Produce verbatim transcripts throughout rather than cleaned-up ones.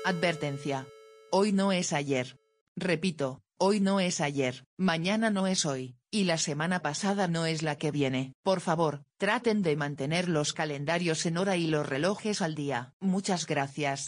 Advertencia. Hoy no es ayer. Repito, hoy no es ayer, mañana no es hoy, y la semana pasada no es la que viene. Por favor, traten de mantener los calendarios en hora y los relojes al día. Muchas gracias.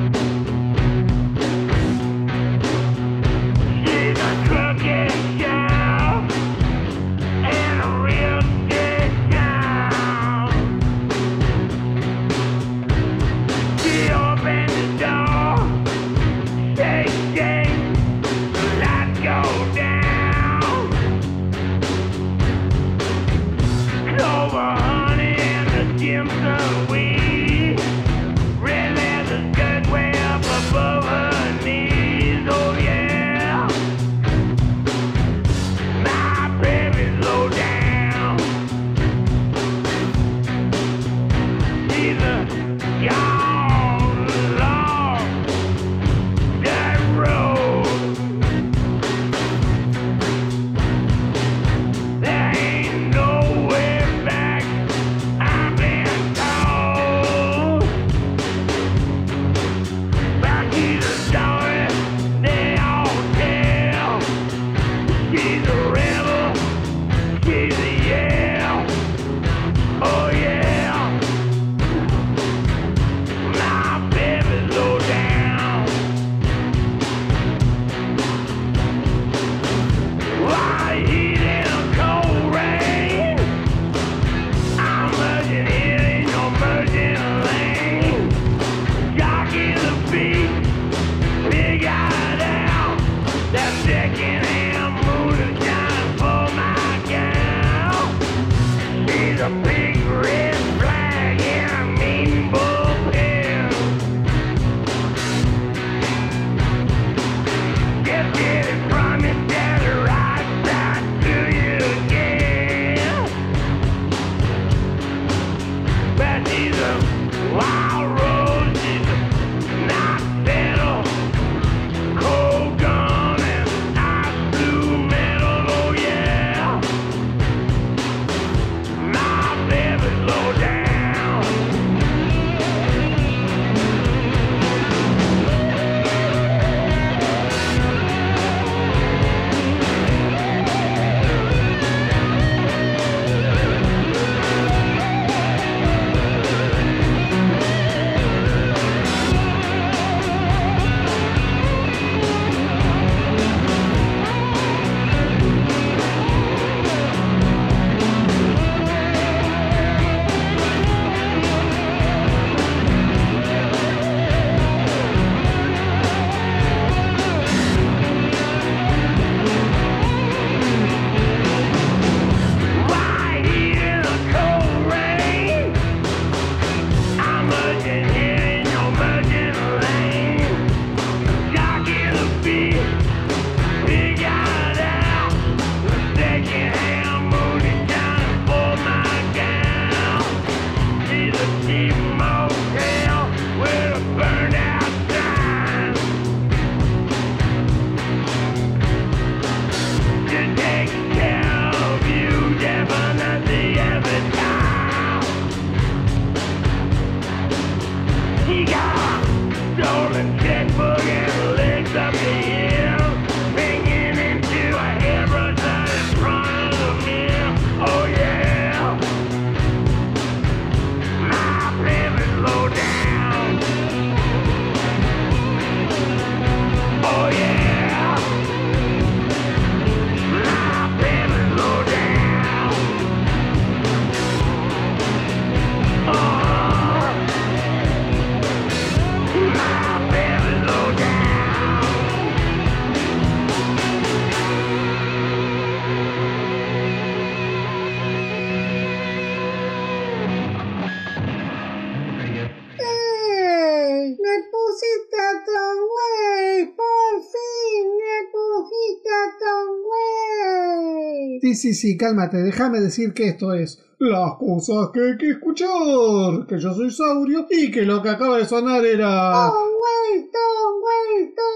Sí, sí, sí, cálmate, déjame decir que esto es las cosas que hay que escuchar, que yo soy Saurio y que lo que acaba de sonar era... Tom Waits, Tom Waits, Tom Waits.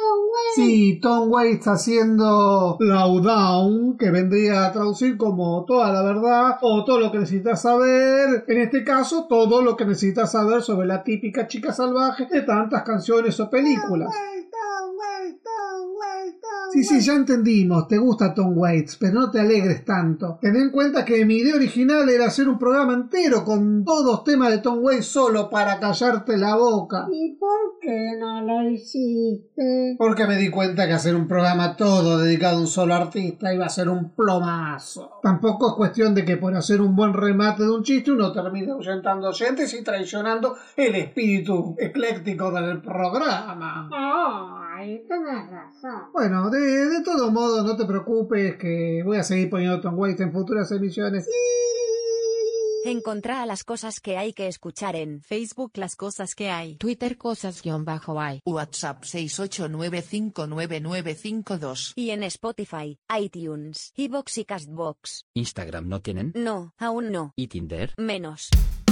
Sí, Tom Waits haciendo Lowdown, que vendría a traducir como toda la verdad o todo lo que necesitas saber. En este caso, todo lo que necesitas saber sobre la típica chica salvaje de tantas canciones o películas. Sí, sí, ya entendimos, te gusta Tom Waits, pero no te alegres tanto. Ten en cuenta que mi idea original era hacer un programa entero con todos temas de Tom Waits solo para callarte la boca. ¿Y por qué no lo hiciste? Porque me di cuenta que hacer un programa todo dedicado a un solo artista iba a ser un plomazo. Tampoco es cuestión de que por hacer un buen remate de un chiste uno termine ahuyentando oyentes y traicionando el espíritu ecléctico del programa. Ay, tenés razón. Bueno, de, de todo modo, no te preocupes que voy a seguir poniendo Tom Waits en futuras emisiones. Encontrá las cosas que hay que escuchar en Facebook, las cosas que hay. Twitter, cosas-hay. WhatsApp seis ocho nueve cinco nueve nueve cinco dos. y en Spotify, iTunes, iVoox y Castbox. ¿Instagram no tienen? No, aún no. ¿Y Tinder? Menos.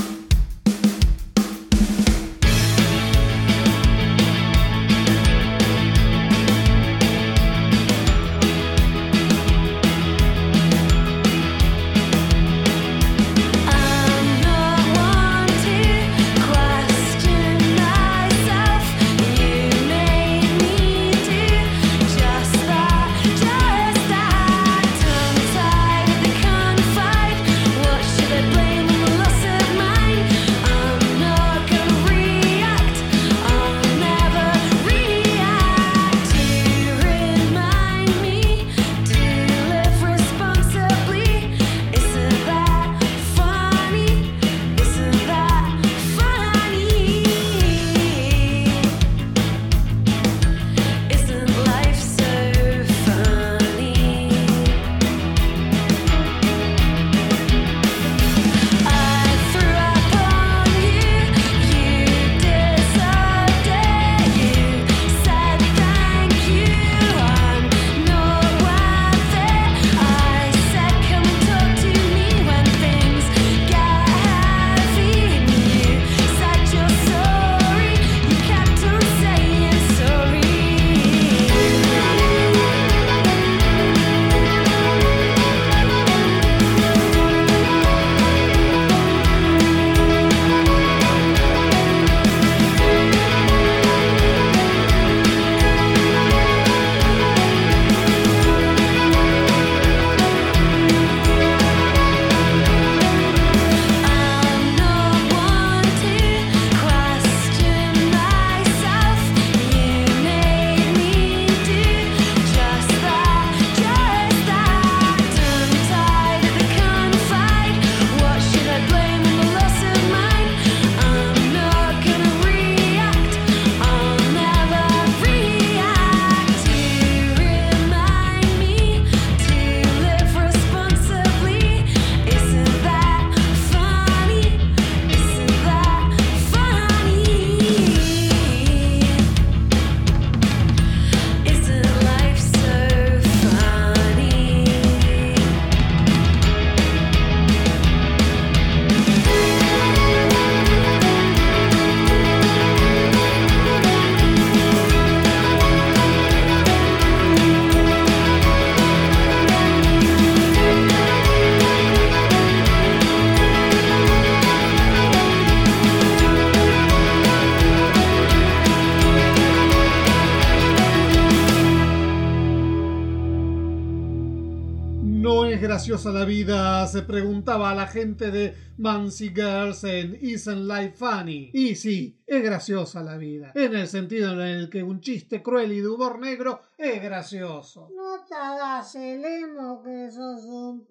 graciosa la vida? Se preguntaba a la gente de Mancy Girls en Isn't Life Funny. Y sí, es graciosa la vida, en el sentido en el que un chiste cruel y de humor negro es gracioso. No te hagas el emo que sos un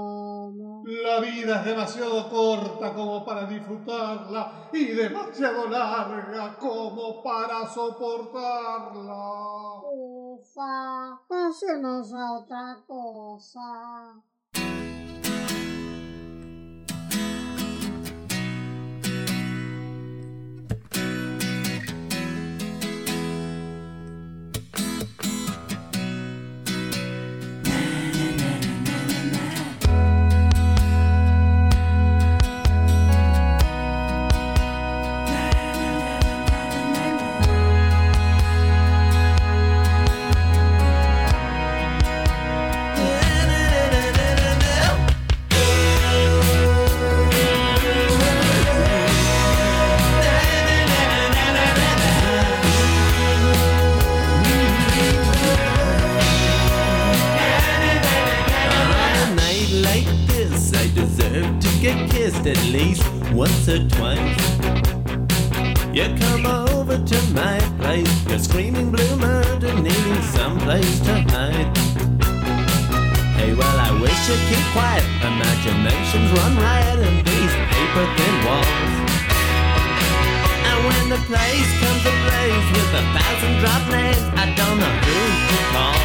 plomo. La vida es demasiado corta como para disfrutarla y demasiado larga como para soportarla. Ufa, pasemos a otra cosa. once or twice. You come over to my place, you're screaming blue murder, needing someplace to hide. Hey, well, I wish you'd keep quiet, imaginations run riot in these paper-thin walls. And when the place comes ablaze with a thousand drop names, I don't know who to call.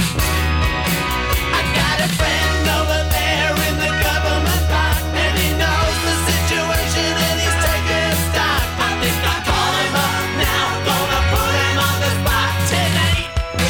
I got a friend over there in the government park, and he knows the situation and he's taking stock. I think I'll call him up now, gonna put him on the spot tonight.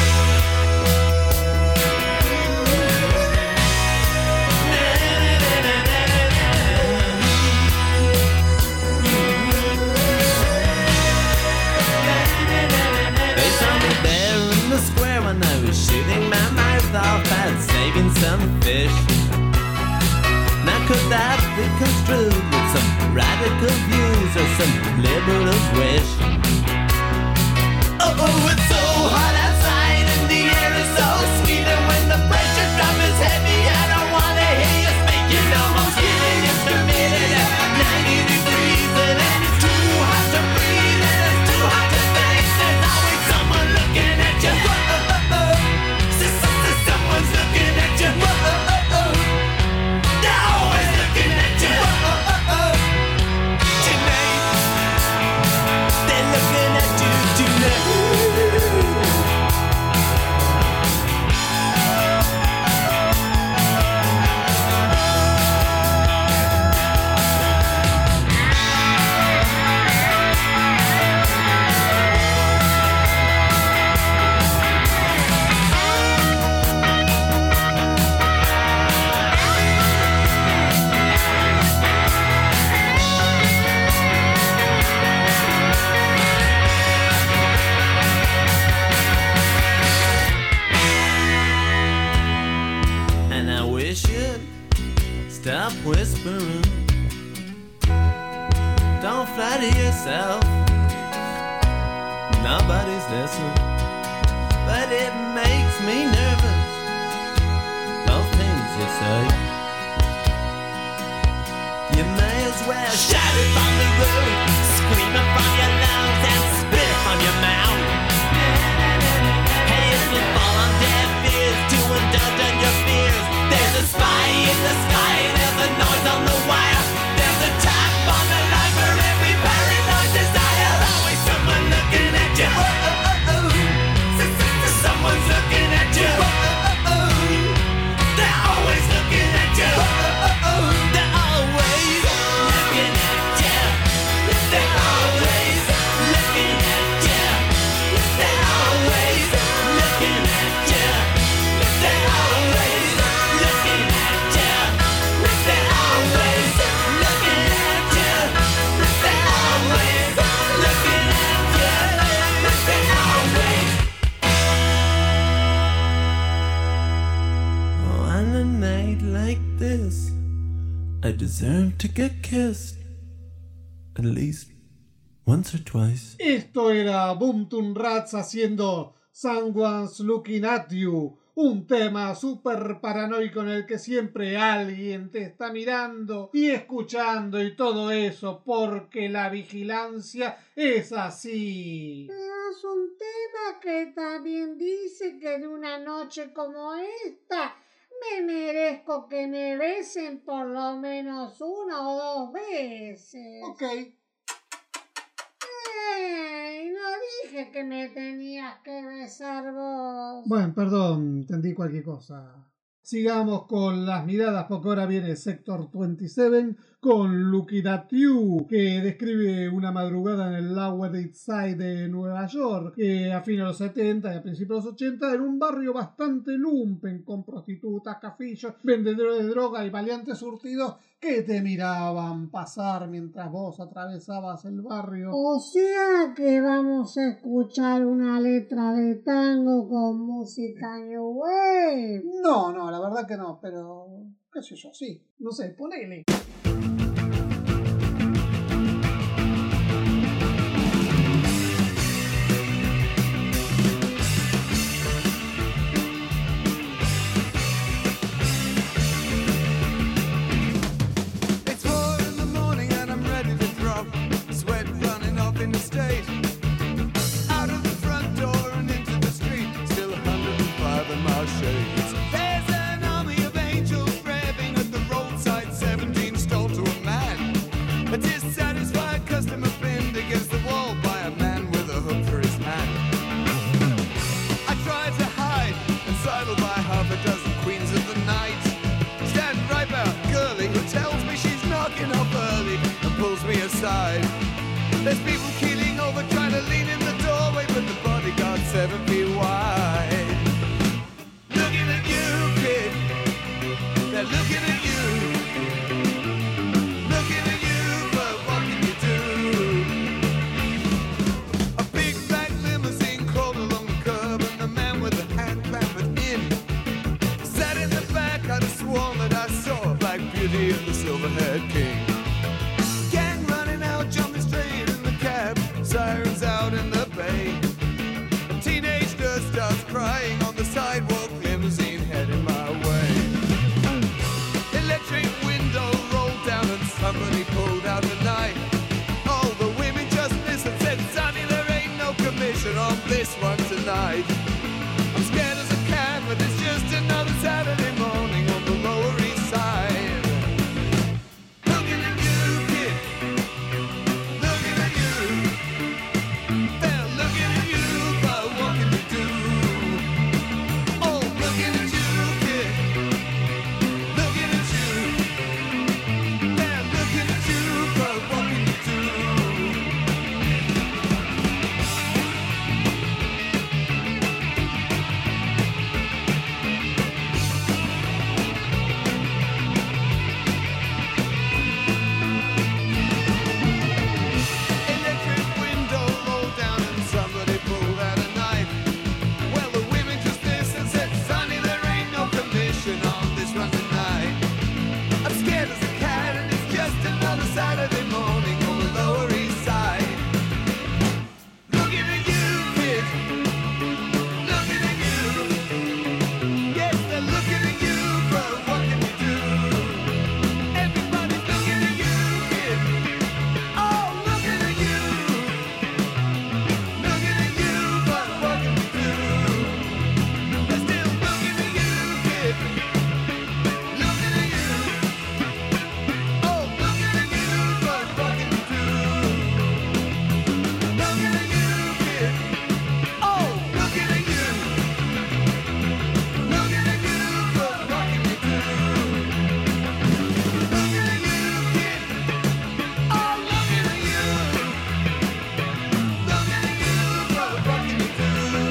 They saw me there in the square when I was shooting my mouth off at saving some fish. Now could that be construed with some radical views or some liberal's wish? Oh, oh, it's so hot outside and the air is so sweet, and when the pressure drop is heavy, I don't wanna hear you speak. You know most healing is committed at ninety degrees, and it's too hot to breathe and it's too hot to think. There's always someone looking at you. Whoa, oh, oh, oh. Someone's looking at you. Whoa, oh, oh, oh. They're always looking at you. Whoa, oh, oh, oh. Tonight, they're looking at you tonight. And I wish you'd stop whispering. Don't flatter yourself. Nobody's listening. But it makes me nervous, those things you say. You may as well shout it from the roof, scream it from your lungs, and spit it from your mouth. Hey, if you fall on deaf ears to indulge in your fears, there's a spy in the sky, there's a noise on the wire, there's a tap on the line for every paranoid desire. Always someone looking at you. Oh, oh, oh, oh. Someone's looking at you. Oh, oh, oh. They're always looking at you. Oh, oh, oh. They're always looking at you. They're always looking at you. They're always looking at you. They're always looking at you. They're always looking at you. They're always looking at you. They're always. Oh, on a night like this, I deserve to get kissed at least once or twice. Esto era Boomtown Rats haciendo Someone's Looking at You, un tema súper paranoico en el que siempre alguien te está mirando y escuchando y todo eso, porque la vigilancia es así. Pero es un tema que también dice que en una noche como esta me merezco que me besen por lo menos una o dos veces. Ok. ¡Ey! No dije que me tenías que besar vos. Bueno, perdón, entendí cualquier cosa. Sigamos con las miradas, porque ahora viene Sector veintisiete con Looking at You, que describe una madrugada en el Lower East Side de Nueva York, que a fines de los setenta y a principios de los ochenta, en un barrio bastante lumpen, con prostitutas, cafillos, vendedores de droga y valientes surtidos que te miraban pasar mientras vos atravesabas el barrio. O sea que vamos a escuchar una letra de tango con música New Wave. No, no, la verdad que no, pero qué sé yo, sí, no sé, ponele. It's four in the morning and I'm ready. pressure on this one tonight. I'm scared as a cat, but it's just another Saturday morning on the Lower East Side. Looking at you, kid. Looking at you. They're looking at you, but what can you do? Oh, looking at you, kid. Looking at you. They're looking at you, but what can you do? Electric window rolled down and somebody pulled out a knife. Well, the women just this and said, "Sonny, there ain't no commission on this one tonight." I'm scared as a cat and it's just another Saturday morning on the Lower East Side. Looking at you, kid. Looking at you. Yes, they're looking at you, but what can you do? Everybody's looking at you, kid. Oh, looking at you. Looking at you, but what can you do? They're still looking at you, kid. Looking at you. Oh, looking at you, but what can you do? Looking at you, kid. Oh, looking at you. Looking at you, but what can you do? Looking at you, kid. Oh, looking at you. Looking at you, but what can you do?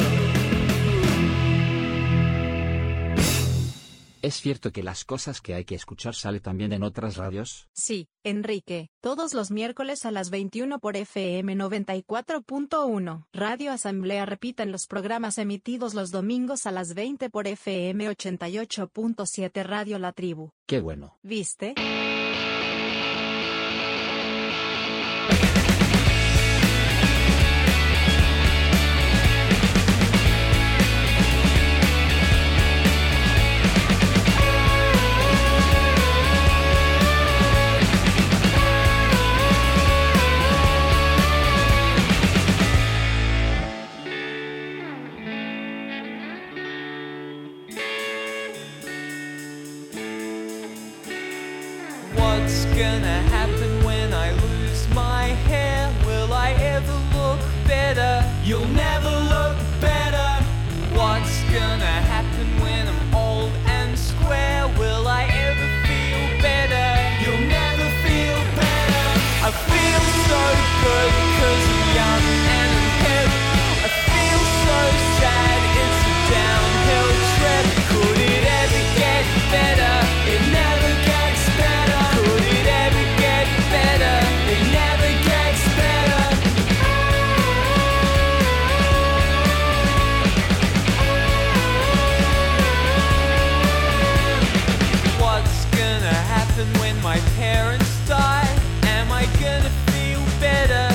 ¿Es cierto que las cosas que hay que escuchar sale también en otras radios? Sí, Enrique, todos los miércoles a las veintiuna por F M noventa y cuatro punto uno. Radio Asamblea repiten los programas emitidos los domingos a las veinte por F M ochenta y ocho punto siete Radio La Tribu. Qué bueno. ¿Viste? What's gonna happen when I lose my hair? Will I ever look better? You'll never look better. What's gonna happen when I'm old and square? Will I ever feel better? You'll never feel better. I feel so good cause I'm young and I'm hip. I feel so sad, it's a downhill trip. Could it ever get better? It never gets better. Could it ever get better? It never gets better. What's gonna happen when my parents die? Am I gonna feel better?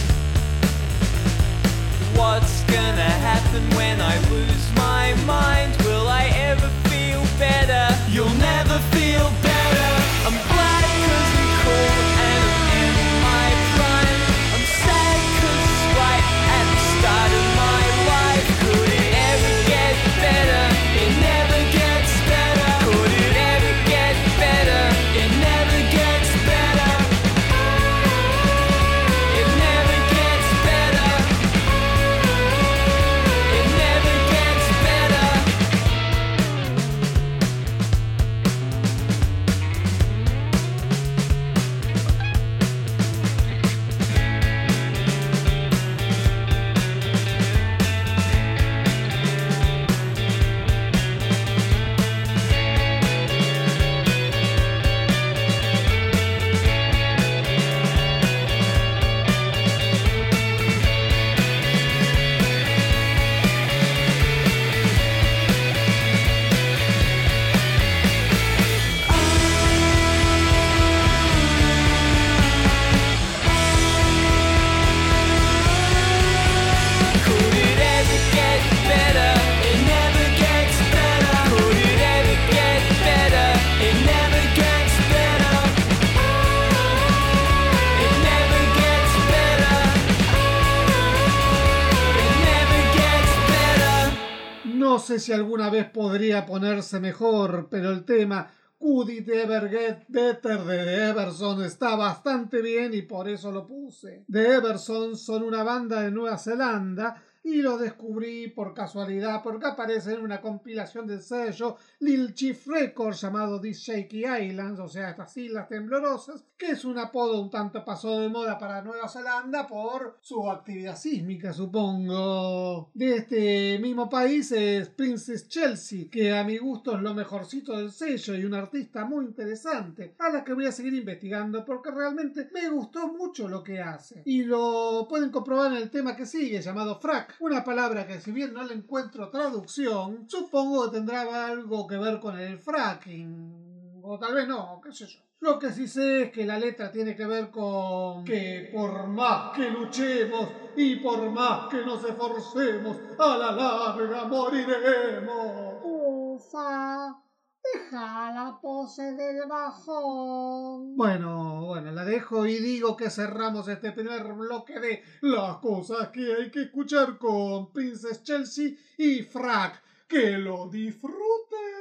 What's gonna happen when I lose my mind? Will I ever feel better? You'll never feel better. I'm glad cause I'm cool and I'm in my prime. I'm sad cause it's right at the start of my life. Could it ever get better? It never gets better. Could it ever get better? It never gets better. It never gets better. sé si alguna vez podría ponerse mejor, pero el tema Could It Ever Get Better de The Eversons está bastante bien y por eso lo puse. The Eversons son una banda de Nueva Zelanda y lo descubrí por casualidad porque aparece en una compilación del sello Lil Chief Records llamado These Shaky Islands, o sea, estas islas temblorosas, que es un apodo un tanto pasado de moda para Nueva Zelanda por su actividad sísmica, supongo. De este mismo país es Princess Chelsea, que a mi gusto es lo mejorcito del sello y una artista muy interesante, a la que voy a seguir investigando porque realmente me gustó mucho lo que hace. Y lo pueden comprobar en el tema que sigue, llamado Frack, una palabra que si bien no le encuentro traducción, supongo que tendrá algo que ver con el fracking, o tal vez no, qué sé yo. Lo que sí sé es que la letra tiene que ver con que por más que luchemos y por más que nos esforcemos, a la larga moriremos. Ufa, deja la pose del bajón. Bueno, bueno, la dejo y digo que cerramos este primer bloque de las cosas que hay que escuchar con Princess Chelsea y Frack. ¡Que lo disfruten!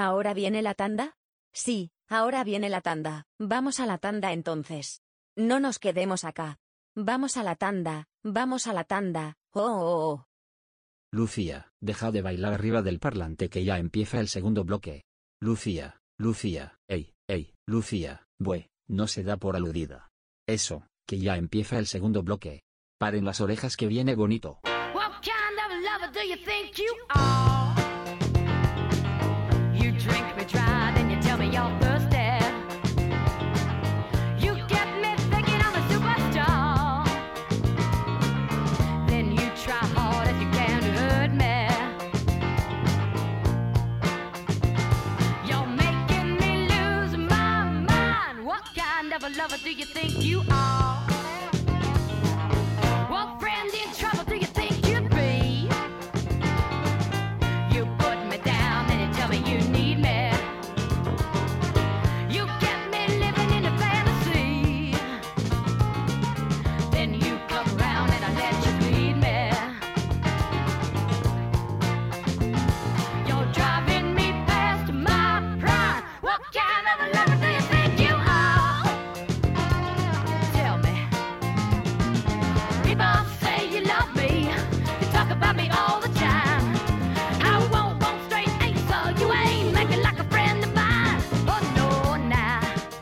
¿Ahora viene la tanda? Sí, ahora viene la tanda. Vamos a la tanda entonces. No nos quedemos acá. Vamos a la tanda, vamos a la tanda. Oh, oh, oh. Lucía, deja de bailar arriba del parlante que ya empieza el segundo bloque. Lucía, Lucía, ey, ey, Lucía, bue, no se da por aludida. Eso, que ya empieza el segundo bloque. Paren las orejas que viene bonito. What kind of lover do you think you are? You drink me dry, then you tell me you're thirsty. You get me thinking I'm a superstar. Then you try hard as you can to hurt me. You're making me lose my mind. What kind of a lover do you think you are? What friend in trouble do you think you'd be? You put me down, then you tell me you need me. You get me living in a fantasy. Then you come around and I let you bleed me. You're driving me past my prime. What kind of a lover do you think you are? Tell me. People say you love me, you talk about me all the time. I won't want straight answer, you ain't making like a friend of mine. Oh no, nah,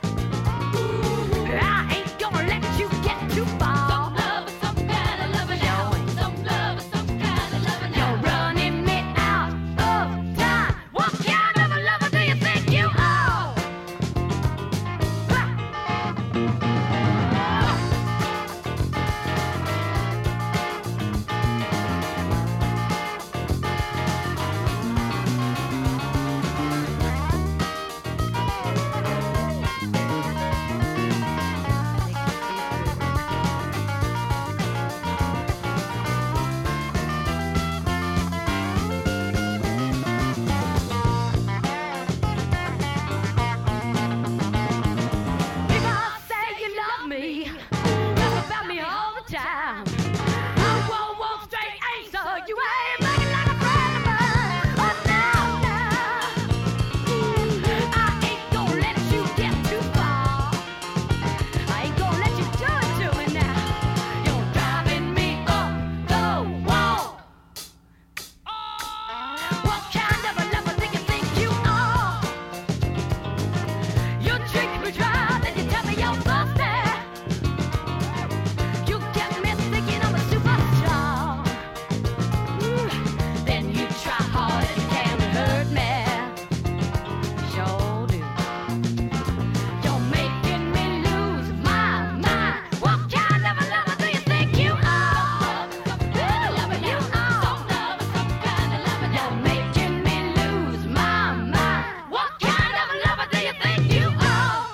I ain't gonna let you get too far. Some love is some kind of loving now. Some love is some kind of loving now. You're running me out of time. What kind of a lover do you think you are? People say you love me, talk about me all the time. I won't want straight answer, you ain't making like a friend of mine. Oh no, no, I ain't gonna let you get too far. I ain't gonna let you do it to me now. You're driving me up the wall. What kind of a lover do you think you are? You drink me dry, then you tell me you're thirsty. You get me thinking I'm a superstar. Ooh, then you try hard as you can to hurt me. Sure do. You're making me lose my mind. What kind of a lover do you think you are? Ooh, you are. You're making me lose my mind. What kind of a lover do you think you are?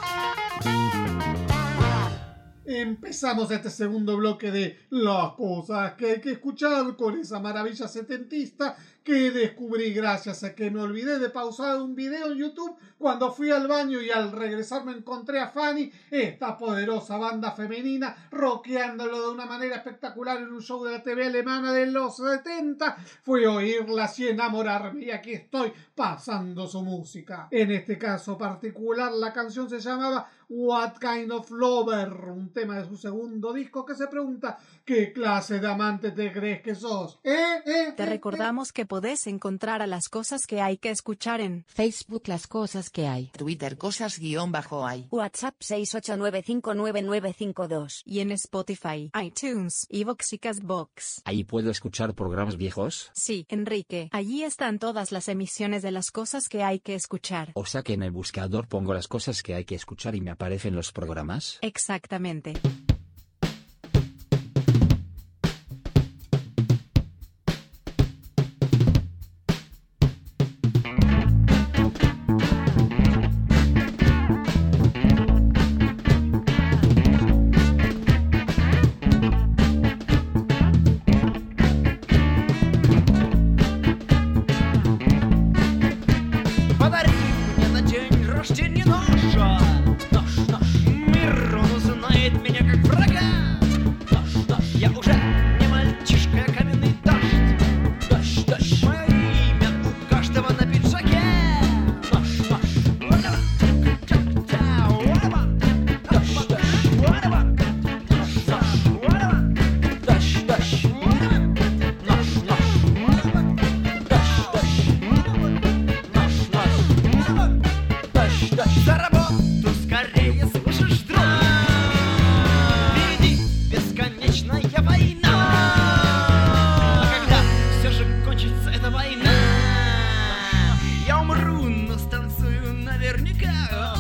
Empezamos este segundo bloque de las cosas que hay que escuchar con esa maravilla setentista que descubrí gracias a que me olvidé de pausar un video en YouTube cuando fui al baño y al regresar me encontré a Fanny, esta poderosa banda femenina, rockeándolo de una manera espectacular en un show de la T V alemana de los setenta. Fui a oírlas y enamorarme y aquí estoy pasando su música. En este caso particular la canción se llamaba What Kind of Lover, un tema de su segundo disco que se pregunta ¿qué clase de amante te crees que sos? ¿Eh? ¿Eh? Te ¿Eh? recordamos que podés encontrar a las cosas que hay que escuchar en Facebook las cosas que hay. Twitter cosas guión bajo hay. WhatsApp seis ocho nueve cinco nueve nueve cinco dos. y en Spotify, iTunes, iVoox y Castbox. ¿Ahí puedo escuchar programas viejos? Sí, Enrique, allí están todas las emisiones de las cosas que hay que escuchar. O sea que en el buscador pongo las cosas que hay que escuchar y me aparecen los programas. Exactamente. Подари мне на день рождения наша, наш, наш мир, он узнает меня как За работу скорее слышишь, друг. Впереди бесконечная война. А когда все же кончится эта война, я умру, но станцую наверняка.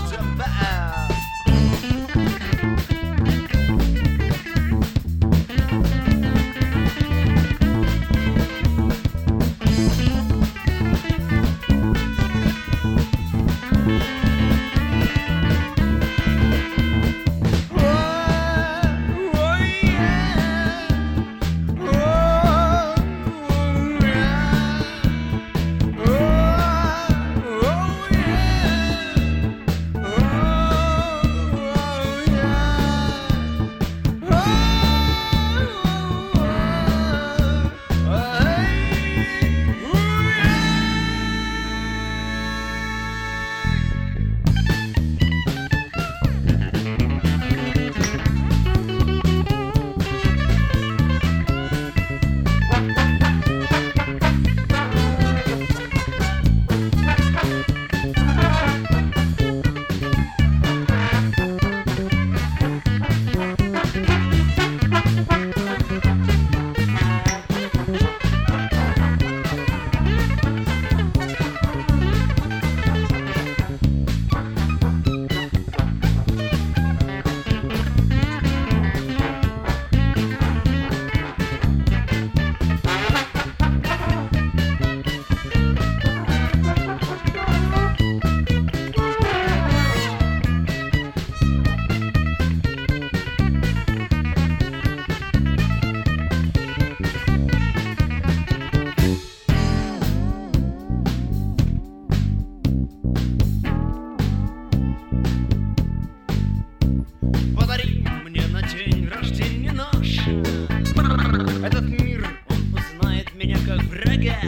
Подари мне на день рождения нож. Этот мир, он узнает меня как врага.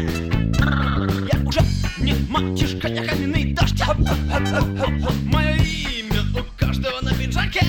Я уже не мальчишка, я каменный дождь. Мое имя у каждого на пиджаке.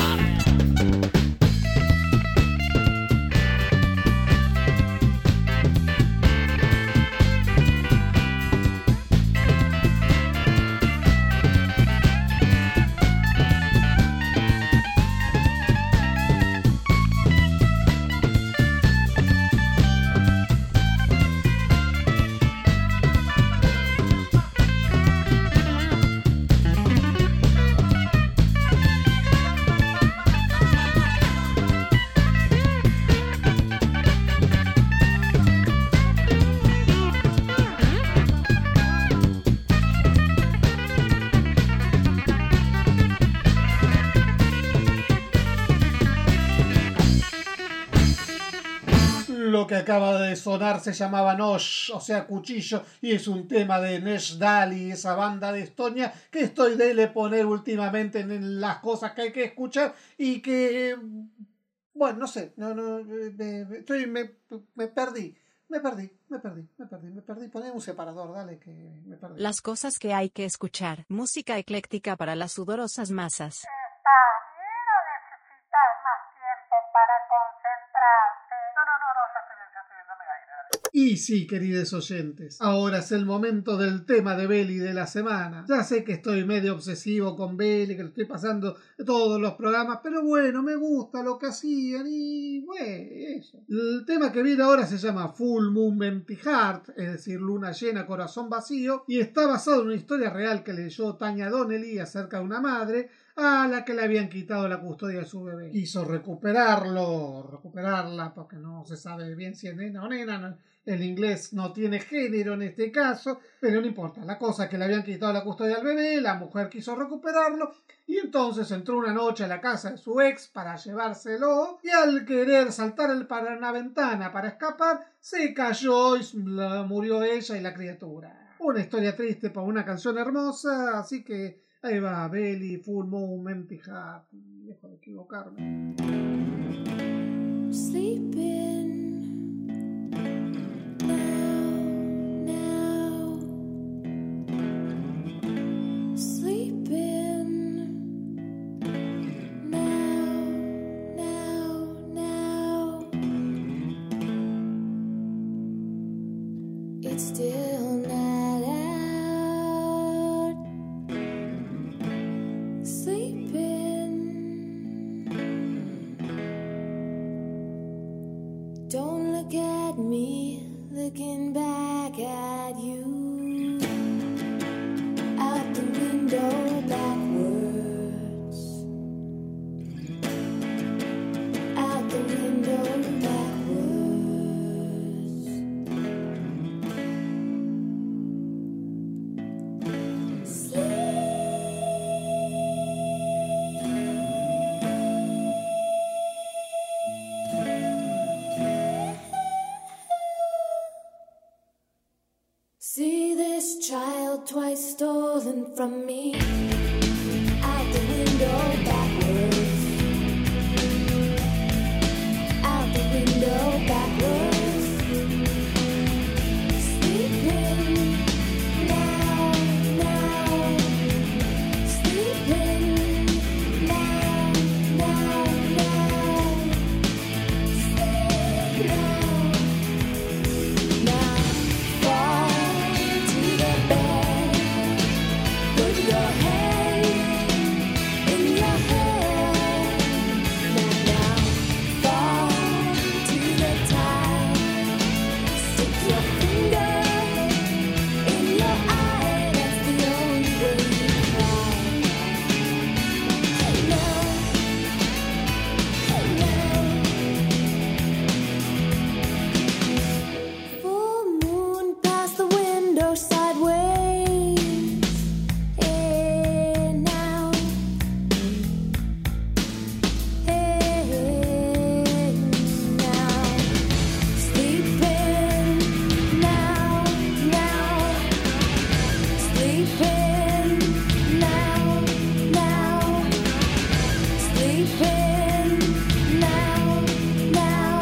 Lo que acaba de sonar se llamaba Nosh, o sea, cuchillo, y es un tema de Nesh Dali, esa banda de Estonia que estoy de le poner últimamente en las cosas que hay que escuchar y que, bueno, no sé, no, no, me, me- estoy, me, me perdí, me perdí, me perdí, me perdí, me perdí. Poné un separador, dale, que me perdí. Las cosas que hay que escuchar. Música ecléctica para las sudorosas masas. ¿Está bien o necesitas más tiempo para concentrarte? No, no, no, no, ya estoy bien, ya estoy bien, dame aire, dale. Y sí, queridos oyentes, ahora es el momento del tema de Belly de la semana. Ya sé que estoy medio obsesivo con Belly, que lo estoy pasando en todos los programas, pero bueno, me gusta lo que hacían y bueno, eso. El tema que viene ahora se llama Full Moon Empty Heart, es decir, luna llena, corazón vacío, y está basado en una historia real que leyó Tanya Donnelly acerca de una madre a la que le habían quitado la custodia de su bebé. Quiso recuperarlo, recuperarla, porque no se sabe bien si es nena o nena, no- el inglés no tiene género en este caso, pero no importa. La cosa es que le habían quitado la custodia al bebé, la mujer quiso recuperarlo, y entonces entró una noche a la casa de su ex para llevárselo, y al querer saltar el para una ventana para escapar, se cayó y la- murió ella y la criatura. Una historia triste para una canción hermosa, así que ahí va, Belly, Full Moon, Empty Heart. Dejo de equivocarme. Sleeping now, now, sleeping now, Look at me, looking back at you. Out the window backwards. Out the window backwards. Sleep. See this child twice stolen from me. Out the window backwards. Out the window backwards. Sleeping now, now. Sleeping now, now, now. Sleep now. Now fall to the bed. Put your head in your hair. Now, now fall to the tide. Stick your finger in your eye. That's the only way you cry. Hey now, hey now. Full moon past the window sideways. Hey now. Hey now. Sleeping now, now. Sleeping now, now. Sleeping now, now.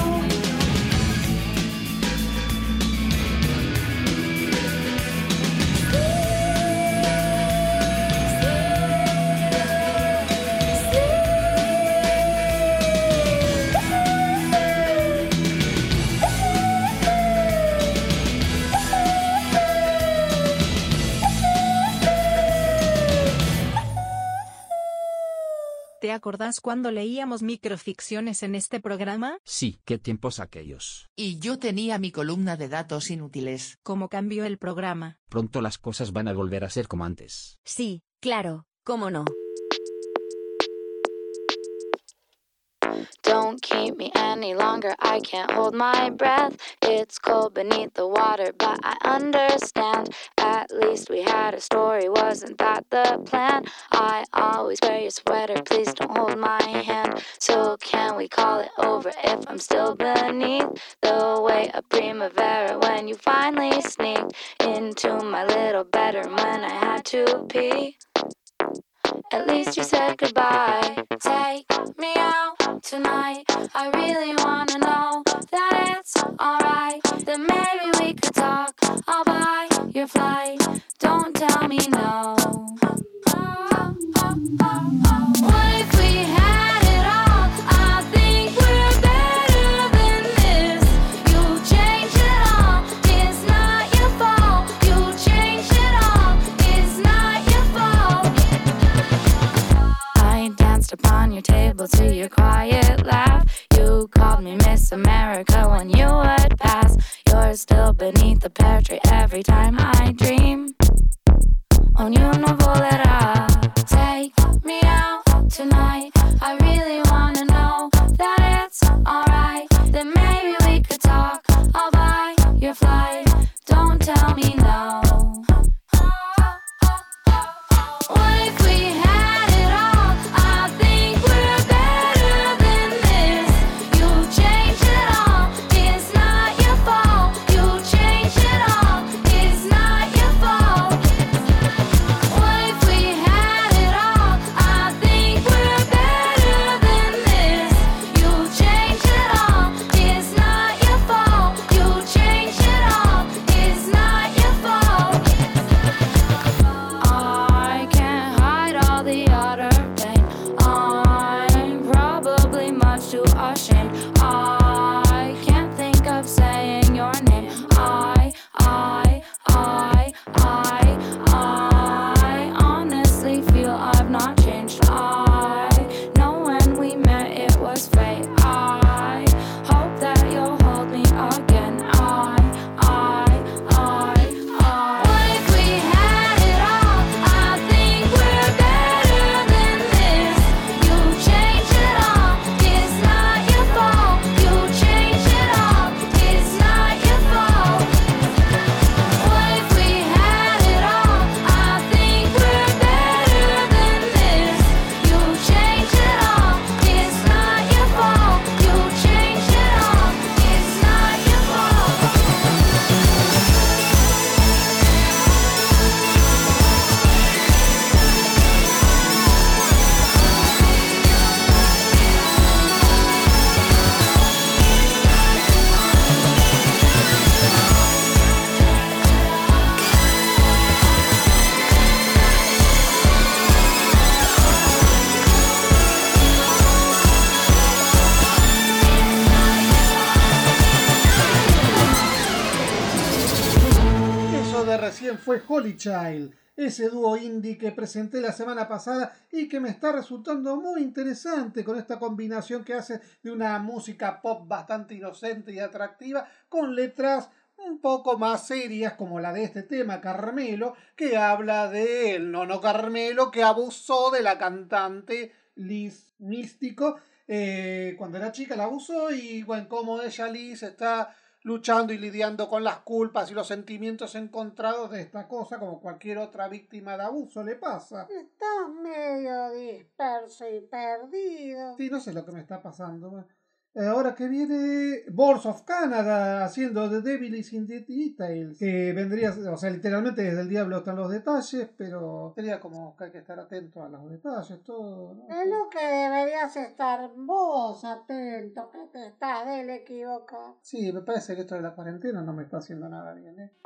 ¿Te acordás cuando leíamos microficciones en este programa? Sí, qué tiempos aquellos. Y yo tenía mi columna de datos inútiles. ¿Cómo cambió el programa? Pronto las cosas van a volver a ser como antes. Sí, claro, ¿cómo no? Don't keep me any longer, I can't hold my breath. It's cold beneath the water, but I understand. At least we had a story, wasn't that the plan? I always wear your sweater, please don't hold my hand. So can we call it over if I'm still beneath the weight of primavera when you finally sneaked into my little bedroom when I had to pee? At least you said goodbye. Take me out tonight. I really wanna know that it's alright. That maybe we could talk. I'll buy your flight. Don't tell me no. What if we had it all? I think we're better than this. You changed it all. It's not your fault. You changed it all. It's not your fault. I danced upon your table to your quiet laugh. You called me Miss America when you would pass. You're still beneath the pear tree every time I dream. On you no volera. Take me out tonight. I really wanna know that it's alright. That maybe we could talk. I'll buy your flight. Don't tell me no. What if we had it all? I think we're better than this. You changed it all. It's not your fault. You changed it all. It's not your fault. What if we had it all? I think we're better than this. You changed it all. It's not your fault. You changed it all. It's not your fault. I can't hide all the utter pain. I'm probably much too ashamed. I can't think of saying your name. I, I, I, I, I honestly feel I've not changed. I know when we met it was fate. I hope that you'll hold me again. quién fue Holy Child, ese dúo indie que presenté la semana pasada y que me está resultando muy interesante con esta combinación que hace de una música pop bastante inocente y atractiva con letras un poco más serias como la de este tema, Carmelo, que habla del nono Carmelo que abusó de la cantante Liz Místico. Eh, cuando era chica la abusó y bueno, como ella Liz está luchando y lidiando con las culpas y los sentimientos encontrados de esta cosa, como cualquier otra víctima de abuso le pasa. Estás medio disperso y perdido. Sí, no sé lo que me está pasando. Ahora que viene Boards of Canada haciendo The Devil is in the Details, que vendría, o sea, literalmente desde el diablo están los detalles, pero sería como que hay que estar atento a los detalles, todo, ¿no? Es lo que deberías estar vos atento, que te estás del equivocado. Sí, me parece que esto de la cuarentena no me está haciendo nada bien, ¿eh?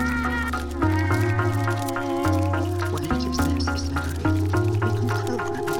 When it is necessary, we can program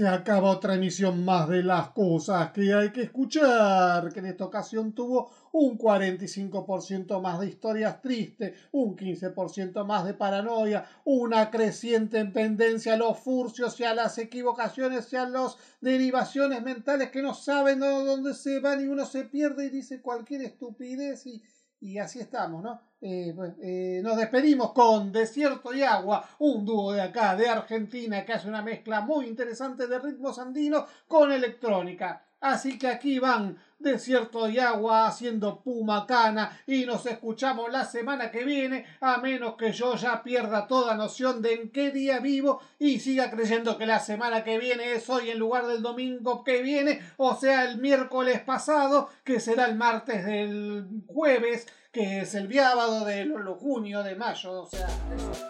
Se acaba otra emisión más de las cosas que hay que escuchar, que en esta ocasión tuvo un cuarenta y cinco por ciento más de historias tristes, un quince por ciento más de paranoia, una creciente tendencia a los furcios y a las equivocaciones y a las derivaciones mentales que no saben dónde se van y uno se pierde y dice cualquier estupidez y... Y así estamos, ¿no? Eh, pues, eh, nos despedimos con Desierto y Agua, un dúo de acá, de Argentina, que hace una mezcla muy interesante de ritmos andinos con electrónica. Así que aquí van Desierto y Agua haciendo Puma Cana y nos escuchamos la semana que viene, a menos que yo ya pierda toda noción de en qué día vivo y siga creyendo que la semana que viene es hoy en lugar del domingo que viene, o sea, el miércoles pasado, que será el martes del jueves, que es el sábado de junio, de mayo, o sea, eso.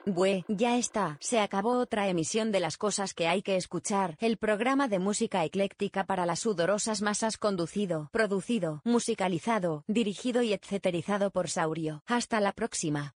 Bue, ya está, se acabó otra emisión de Las cosas que hay que escuchar, el programa de música ecléctica para las sudorosas masas conducido, producido, musicalizado, dirigido y etcéterizado por Saurio. Hasta la próxima.